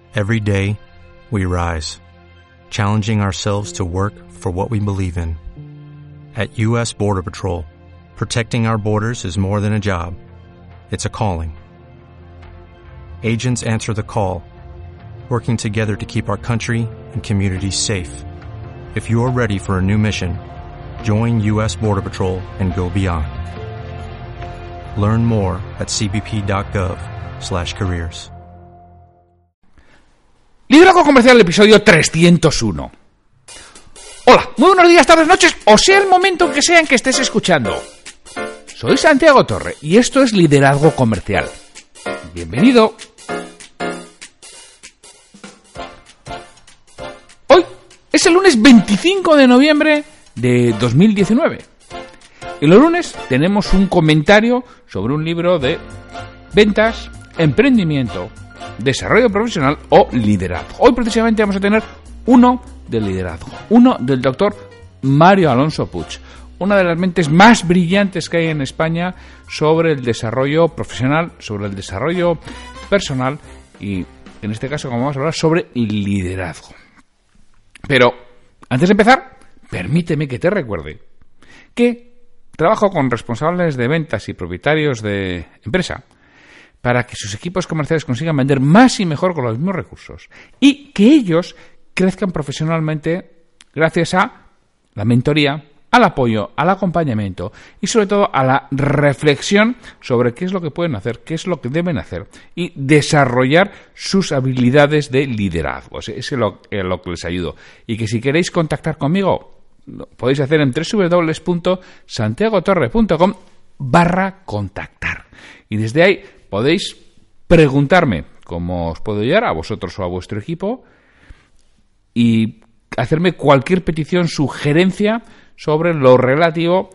Every day, we rise, challenging ourselves to work for what we believe in. At U.S. Border Patrol, protecting our borders is more than a job. It's a calling. Agents answer the call, working together to keep our country and communities safe. If you're ready for a new mission, join U.S. Border Patrol and go beyond. Learn more at cbp.gov/careers. Liderazgo Comercial, episodio 301. Hola, muy buenos días, tardes, noches, o sea el momento en que estés escuchando. Soy Santiago Torre y esto es Liderazgo Comercial. Bienvenido. Hoy es el lunes 25 de noviembre de 2019. Y los lunes tenemos un comentario sobre un libro de ventas, emprendimiento, desarrollo profesional o liderazgo. Hoy precisamente vamos a tener uno de liderazgo, uno del doctor Mario Alonso Puig, una de las mentes más brillantes que hay en España sobre el desarrollo profesional, sobre el desarrollo personal y, en este caso, como vamos a hablar, sobre liderazgo. Pero, antes de empezar, permíteme que te recuerde que trabajo con responsables de ventas y propietarios de empresa para que sus equipos comerciales consigan vender más y mejor con los mismos recursos y que ellos crezcan profesionalmente gracias a la mentoría, al apoyo, al acompañamiento y sobre todo a la reflexión sobre qué es lo que pueden hacer, qué es lo que deben hacer y desarrollar sus habilidades de liderazgo. Es lo que les ayudo. Y que si queréis contactar conmigo, lo podéis hacer en www.santiagotorre.com/contactar. Y desde ahí podéis preguntarme cómo os puedo ayudar a vosotros o a vuestro equipo y hacerme cualquier petición, sugerencia sobre lo relativo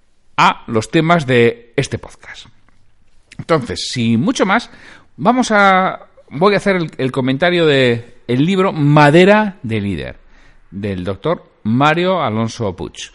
a los temas de este podcast. Entonces, sin mucho más, voy a hacer el comentario de el libro Madera de Líder, del doctor Mario Alonso Puig.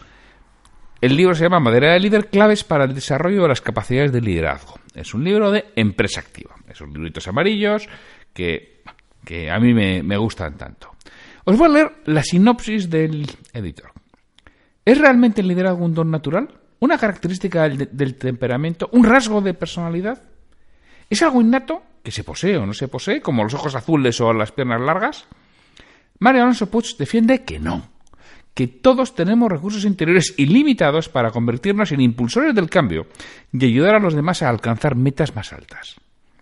El libro se llama Madera de Líder, claves para el desarrollo de las capacidades de liderazgo. Es un libro de empresa activa. Esos libritos amarillos que a mí me gustan tanto. Os voy a leer la sinopsis del editor. ¿Es realmente el liderazgo un don natural? ¿Una característica del temperamento? ¿Un rasgo de personalidad? ¿Es algo innato que se posee o no se posee, como los ojos azules o las piernas largas? Mario Alonso Puig defiende que no, que todos tenemos recursos interiores ilimitados para convertirnos en impulsores del cambio y ayudar a los demás a alcanzar metas más altas.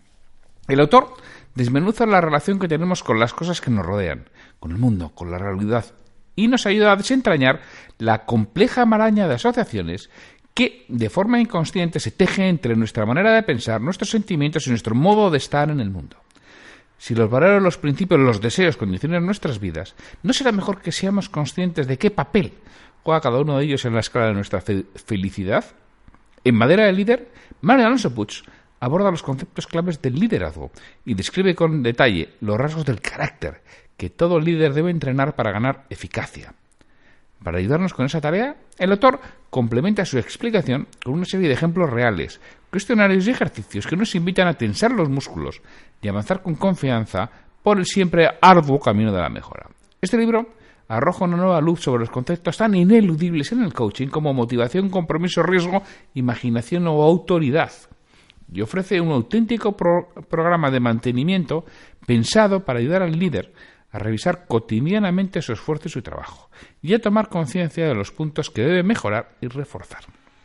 El autor desmenuza la relación que tenemos con las cosas que nos rodean, con el mundo, con la realidad, y nos ayuda a desentrañar la compleja maraña de asociaciones que, de forma inconsciente, se teje entre nuestra manera de pensar, nuestros sentimientos y nuestro modo de estar en el mundo. Si los valores, los principios, los deseos condicionan nuestras vidas, ¿no será mejor que seamos conscientes de qué papel juega cada uno de ellos en la escala de nuestra felicidad? En Madera de Líder, Mario Alonso Puig aborda los conceptos claves del liderazgo y describe con detalle los rasgos del carácter que todo líder debe entrenar para ganar eficacia. Para ayudarnos con esa tarea, el autor complementa su explicación con una serie de ejemplos reales, cuestionarios y ejercicios que nos invitan a tensar los músculos y avanzar con confianza por el siempre arduo camino de la mejora. Este libro arroja una nueva luz sobre los conceptos tan ineludibles en el coaching como motivación, compromiso, riesgo, imaginación o autoridad, y ofrece un auténtico programa de mantenimiento pensado para ayudar al líder a revisar cotidianamente su esfuerzo y su trabajo, y a tomar conciencia de los puntos que debe mejorar y reforzar.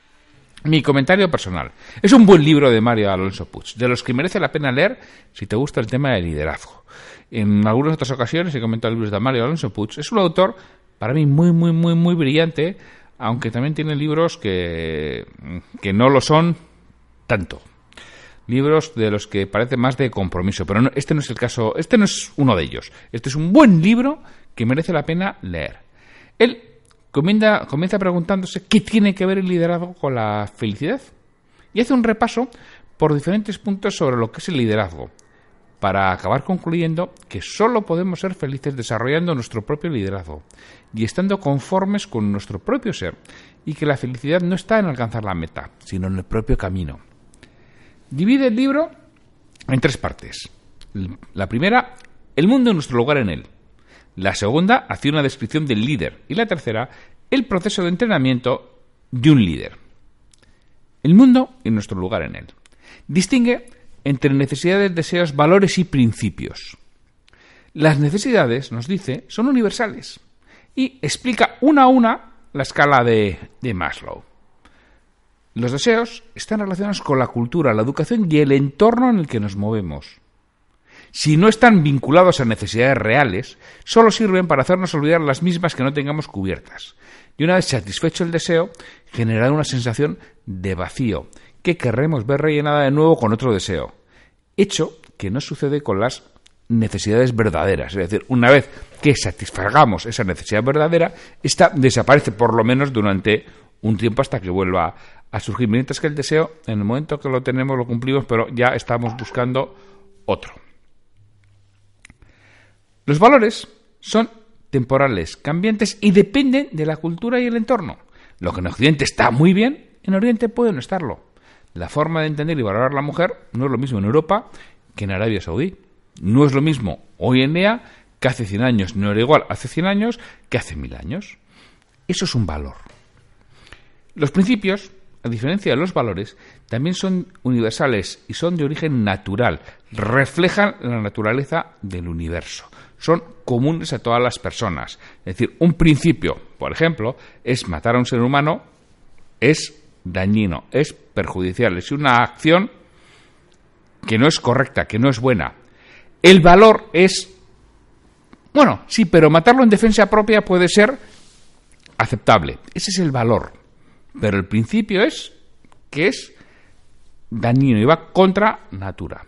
Mi comentario personal. Es un buen libro de Mario Alonso Puig, de los que merece la pena leer si te gusta el tema del liderazgo. En algunas otras ocasiones he comentado libros de Mario Alonso Puig. Es un autor, para mí, muy brillante, aunque también tiene libros que no lo son tanto. Libros de los que parece más de compromiso, pero no, este no es el caso, este no es uno de ellos. Este es un buen libro que merece la pena leer. Él comienza preguntándose qué tiene que ver el liderazgo con la felicidad y hace un repaso por diferentes puntos sobre lo que es el liderazgo, para acabar concluyendo que solo podemos ser felices desarrollando nuestro propio liderazgo y estando conformes con nuestro propio ser, y que la felicidad no está en alcanzar la meta, sino en el propio camino. Divide el libro en 3 partes. La primera, el mundo y nuestro lugar en él. La segunda hacía una descripción del líder y la tercera, el proceso de entrenamiento de un líder. El mundo y nuestro lugar en él. Distingue entre necesidades, deseos, valores y principios. Las necesidades, nos dice, son universales y explica una a una la escala de Maslow. Los deseos están relacionados con la cultura, la educación y el entorno en el que nos movemos. Si no están vinculados a necesidades reales, solo sirven para hacernos olvidar las mismas que no tengamos cubiertas. Y una vez satisfecho el deseo, generará una sensación de vacío, que querremos ver rellenada de nuevo con otro deseo. Hecho que no sucede con las necesidades verdaderas. Es decir, una vez que satisfagamos esa necesidad verdadera, esta desaparece por lo menos durante un tiempo hasta que vuelva a surgir. Mientras que el deseo, en el momento que lo tenemos, lo cumplimos, pero ya estamos buscando otro. Los valores son temporales, cambiantes y dependen de la cultura y el entorno. Lo que en Occidente está muy bien, en Oriente puede no estarlo. La forma de entender y valorar a la mujer no es lo mismo en Europa que en Arabia Saudí. No es lo mismo hoy en día que hace 100 años. No era igual hace 100 años que hace 1000 años. Eso es un valor. Los principios, a diferencia de los valores, también son universales y son de origen natural. Reflejan la naturaleza del universo. Son comunes a todas las personas. Es decir, un principio, por ejemplo, es matar a un ser humano, es dañino, es perjudicial, es una acción que no es correcta, que no es buena. El valor es, bueno, sí, pero matarlo en defensa propia puede ser aceptable. Ese es el valor. Pero el principio es que es dañino y va contra natura.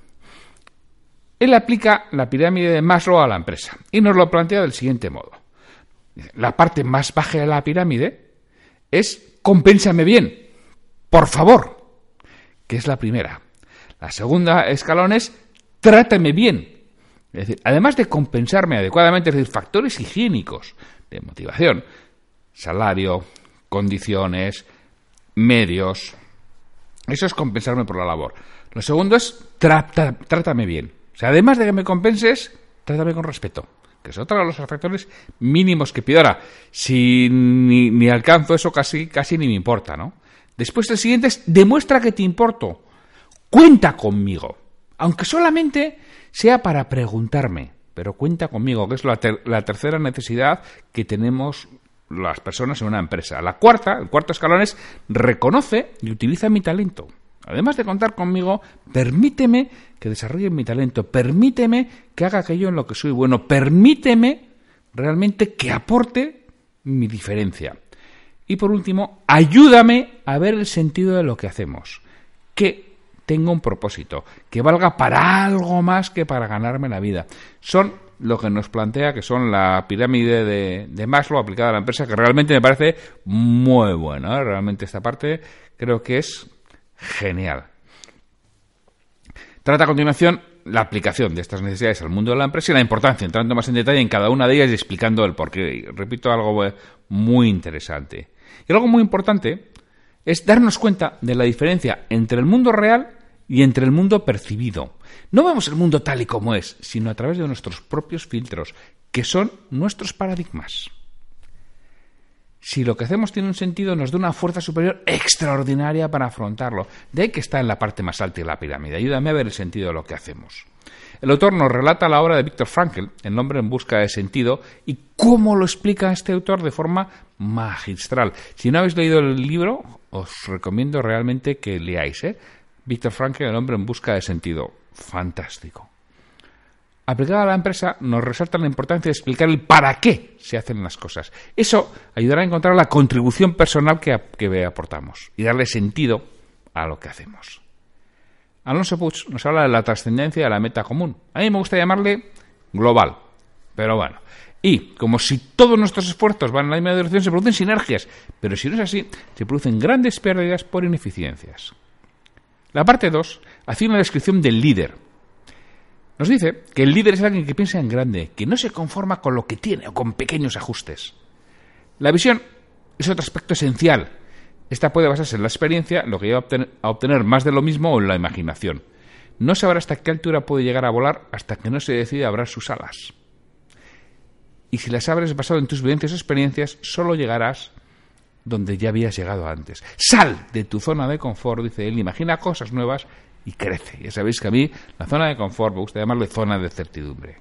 Él aplica la pirámide de Maslow a la empresa y nos lo plantea del siguiente modo. La parte más baja de la pirámide es compénsame bien, por favor, que es la primera. La segunda escalón es trátame bien. Es decir, además de compensarme adecuadamente, es decir, factores higiénicos de motivación, salario, condiciones, medios, eso es compensarme por la labor. Lo segundo es trátame bien. O sea, además de que me compenses, trátame con respeto, que es otro de los factores mínimos que pido. Ahora, si ni alcanzo eso, casi ni me importa, ¿no? Después el siguiente es demuestra que te importo. Cuenta conmigo, aunque solamente sea para preguntarme, pero cuenta conmigo, que es la tercera necesidad que tenemos las personas en una empresa. El cuarto escalón es reconoce y utiliza mi talento. Además de contar conmigo, permíteme que desarrolle mi talento, permíteme que haga aquello en lo que soy bueno, permíteme realmente que aporte mi diferencia. Y por último, ayúdame a ver el sentido de lo que hacemos, que tenga un propósito, que valga para algo más que para ganarme la vida. Son lo que nos plantea que son la pirámide de Maslow aplicada a la empresa, que realmente me parece muy buena, ¿eh? Realmente esta parte creo que es genial. Trata a continuación la aplicación de estas necesidades al mundo de la empresa y la importancia, entrando más en detalle en cada una de ellas y explicando el porqué. Y repito, algo muy interesante. Y algo muy importante es darnos cuenta de la diferencia entre el mundo real y entre el mundo percibido. No vemos el mundo tal y como es, sino a través de nuestros propios filtros, que son nuestros paradigmas. Si lo que hacemos tiene un sentido, nos da una fuerza superior extraordinaria para afrontarlo. De ahí que está en la parte más alta de la pirámide. Ayúdame a ver el sentido de lo que hacemos. El autor nos relata la obra de Viktor Frankl, El hombre en busca de sentido, y cómo lo explica este autor de forma magistral. Si no habéis leído el libro, os recomiendo realmente que leáis, Viktor Frankl, El hombre en busca de sentido. Fantástico. Aplicada a la empresa, nos resalta la importancia de explicar el para qué se hacen las cosas. Eso ayudará a encontrar la contribución personal que aportamos y darle sentido a lo que hacemos. Alonso Puig nos habla de la trascendencia de la meta común. A mí me gusta llamarle global, pero bueno. Y como si todos nuestros esfuerzos van en la misma dirección, se producen sinergias, pero si no es así, se producen grandes pérdidas por ineficiencias. La parte 2 hace una descripción del líder. Nos dice que el líder es alguien que piensa en grande, que no se conforma con lo que tiene o con pequeños ajustes. La visión es otro aspecto esencial. Esta puede basarse en la experiencia, lo que lleva a obtener más de lo mismo o en la imaginación. no sabrá hasta qué altura puede llegar a volar hasta que no se decide a abrir sus alas. Y si las abres basado en tus vivencias o experiencias, solo llegarás donde ya habías llegado antes. Sal de tu zona de confort, dice él, imagina cosas nuevas y crece. Ya sabéis que a mí la zona de confort me gusta llamarlo zona de certidumbre.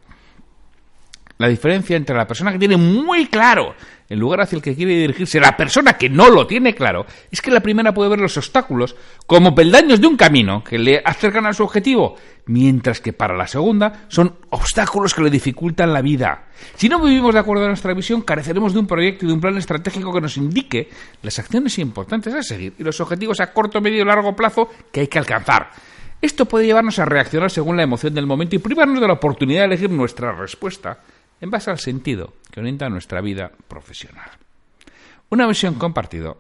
La diferencia entre la persona que tiene muy claro el lugar hacia el que quiere dirigirse y la persona que no lo tiene claro es que la primera puede ver los obstáculos como peldaños de un camino que le acercan a su objetivo, mientras que para la segunda son obstáculos que le dificultan la vida. Si no vivimos de acuerdo a nuestra visión, careceremos de un proyecto y de un plan estratégico que nos indique las acciones importantes a seguir y los objetivos a corto, medio y largo plazo que hay que alcanzar. Esto puede llevarnos a reaccionar según la emoción del momento y privarnos de la oportunidad de elegir nuestra respuesta en base al sentido que orienta nuestra vida profesional. Una visión compartida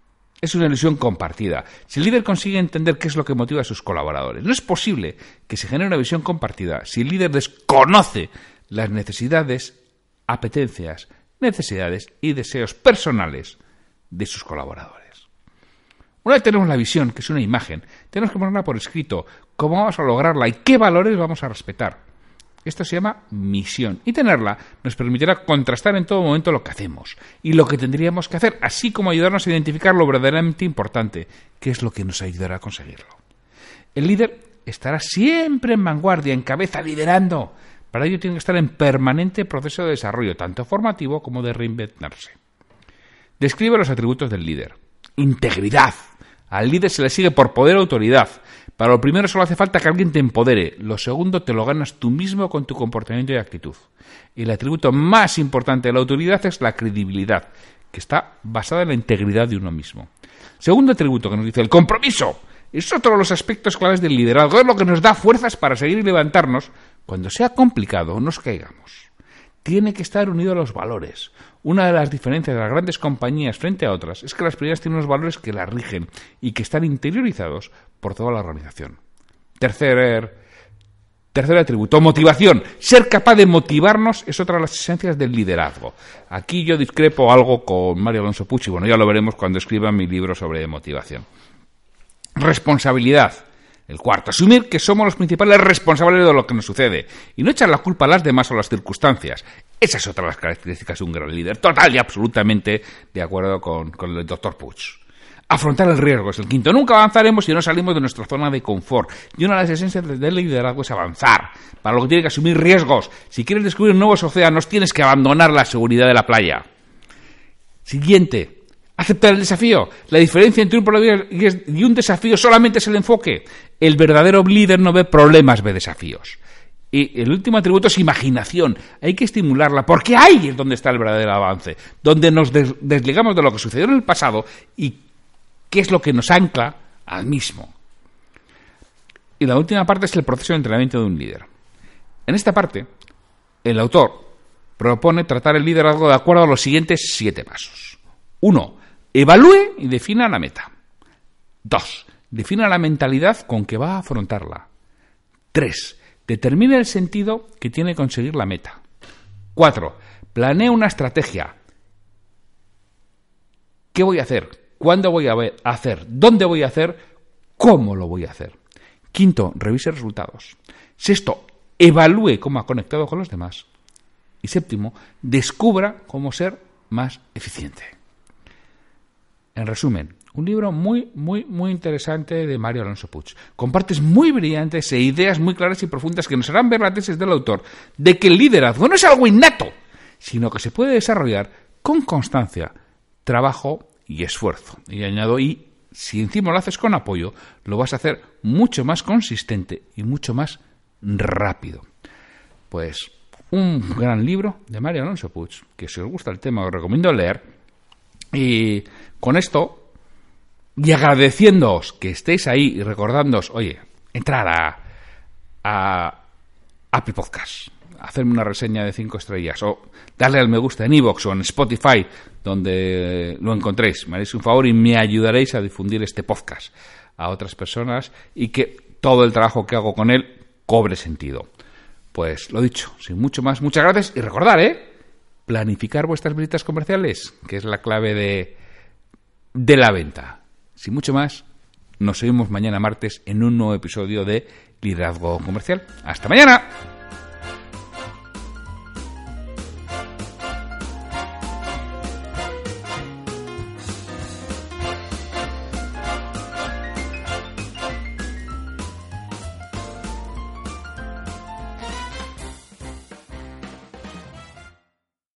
es una ilusión compartida. Si el líder consigue entender qué es lo que motiva a sus colaboradores, no es posible que se genere una visión compartida si el líder desconoce las necesidades, apetencias, necesidades y deseos personales de sus colaboradores. Una vez tenemos la visión, que es una imagen, tenemos que ponerla por escrito, cómo vamos a lograrla y qué valores vamos a respetar. Esto se llama misión, y tenerla nos permitirá contrastar en todo momento lo que hacemos y lo que tendríamos que hacer, así como ayudarnos a identificar lo verdaderamente importante, que es lo que nos ayudará a conseguirlo. El líder estará siempre en vanguardia, en cabeza, liderando. Para ello tiene que estar en permanente proceso de desarrollo, tanto formativo como de reinventarse. Describe los atributos del líder. Integridad. Al líder se le sigue por poder o autoridad. Para lo primero solo hace falta que alguien te empodere. Lo segundo te lo ganas tú mismo con tu comportamiento y actitud. Y el atributo más importante de la autoridad es la credibilidad, que está basada en la integridad de uno mismo. Segundo atributo que nos dice el compromiso. Es otro de los aspectos claves del liderazgo. Es lo que nos da fuerzas para seguir y levantarnos cuando sea complicado o nos caigamos. Tiene que estar unido a los valores. Una de las diferencias de las grandes compañías frente a otras es que las primeras tienen unos valores que las rigen y que están interiorizados por toda la organización. Tercer atributo, motivación. Ser capaz de motivarnos es otra de las esencias del liderazgo. Aquí yo discrepo algo con Mario Alonso Puig, y bueno, ya lo veremos cuando escriba mi libro sobre motivación. Responsabilidad. El cuarto, asumir que somos los principales responsables de lo que nos sucede y no echar la culpa a las demás o a las circunstancias. Esa es otra de las características de un gran líder. Total y absolutamente de acuerdo con el Dr. Puig. Afrontar el riesgo es el quinto. Nunca avanzaremos si no salimos de nuestra zona de confort. Y una de las esencias del liderazgo es avanzar. Para lo que tiene que asumir riesgos. Si quieres descubrir nuevos océanos, tienes que abandonar la seguridad de la playa. Siguiente. Aceptar el desafío. La diferencia entre un problema y un desafío solamente es el enfoque. El verdadero líder no ve problemas, ve desafíos. Y el último atributo es imaginación. Hay que estimularla, porque ahí es donde está el verdadero avance, donde nos desligamos de lo que sucedió en el pasado y qué es lo que nos ancla al mismo. Y la última parte es el proceso de entrenamiento de un líder. En esta parte, el autor propone tratar el liderazgo de acuerdo a los siguientes 7 pasos. 1. Evalúe y defina la meta. 2. Defina la mentalidad con que va a afrontarla. 3. Determine el sentido que tiene conseguir la meta. 4. Planee una estrategia. ¿Qué voy a hacer? ¿Cuándo voy a hacer? ¿Dónde voy a hacer? ¿Cómo lo voy a hacer? 5. Revise resultados. 6. Evalúe cómo ha conectado con los demás. Y 7. Descubra cómo ser más eficiente. En resumen, un libro muy, muy, muy interesante de Mario Alonso Puig, con partes muy brillantes e ideas muy claras y profundas que nos harán ver la tesis del autor de que el liderazgo no es algo innato, sino que se puede desarrollar con constancia, trabajo y esfuerzo. Y añado, y si encima lo haces con apoyo, lo vas a hacer mucho más consistente y mucho más rápido. Pues un gran libro de Mario Alonso Puig, que si os gusta el tema os recomiendo leer. Y con esto, y agradeciéndoos que estéis ahí y recordándoos, oye, entrar a Apple Podcast, hacerme una reseña de 5 estrellas o darle al me gusta en iVoox o en Spotify, donde lo encontréis. Me haréis un favor y me ayudaréis a difundir este podcast a otras personas y que todo el trabajo que hago con él cobre sentido. Pues lo dicho, sin mucho más, muchas gracias y recordad, planificar vuestras visitas comerciales, que es la clave de la venta. Sin mucho más, nos vemos mañana martes en un nuevo episodio de liderazgo comercial. ¡Hasta mañana!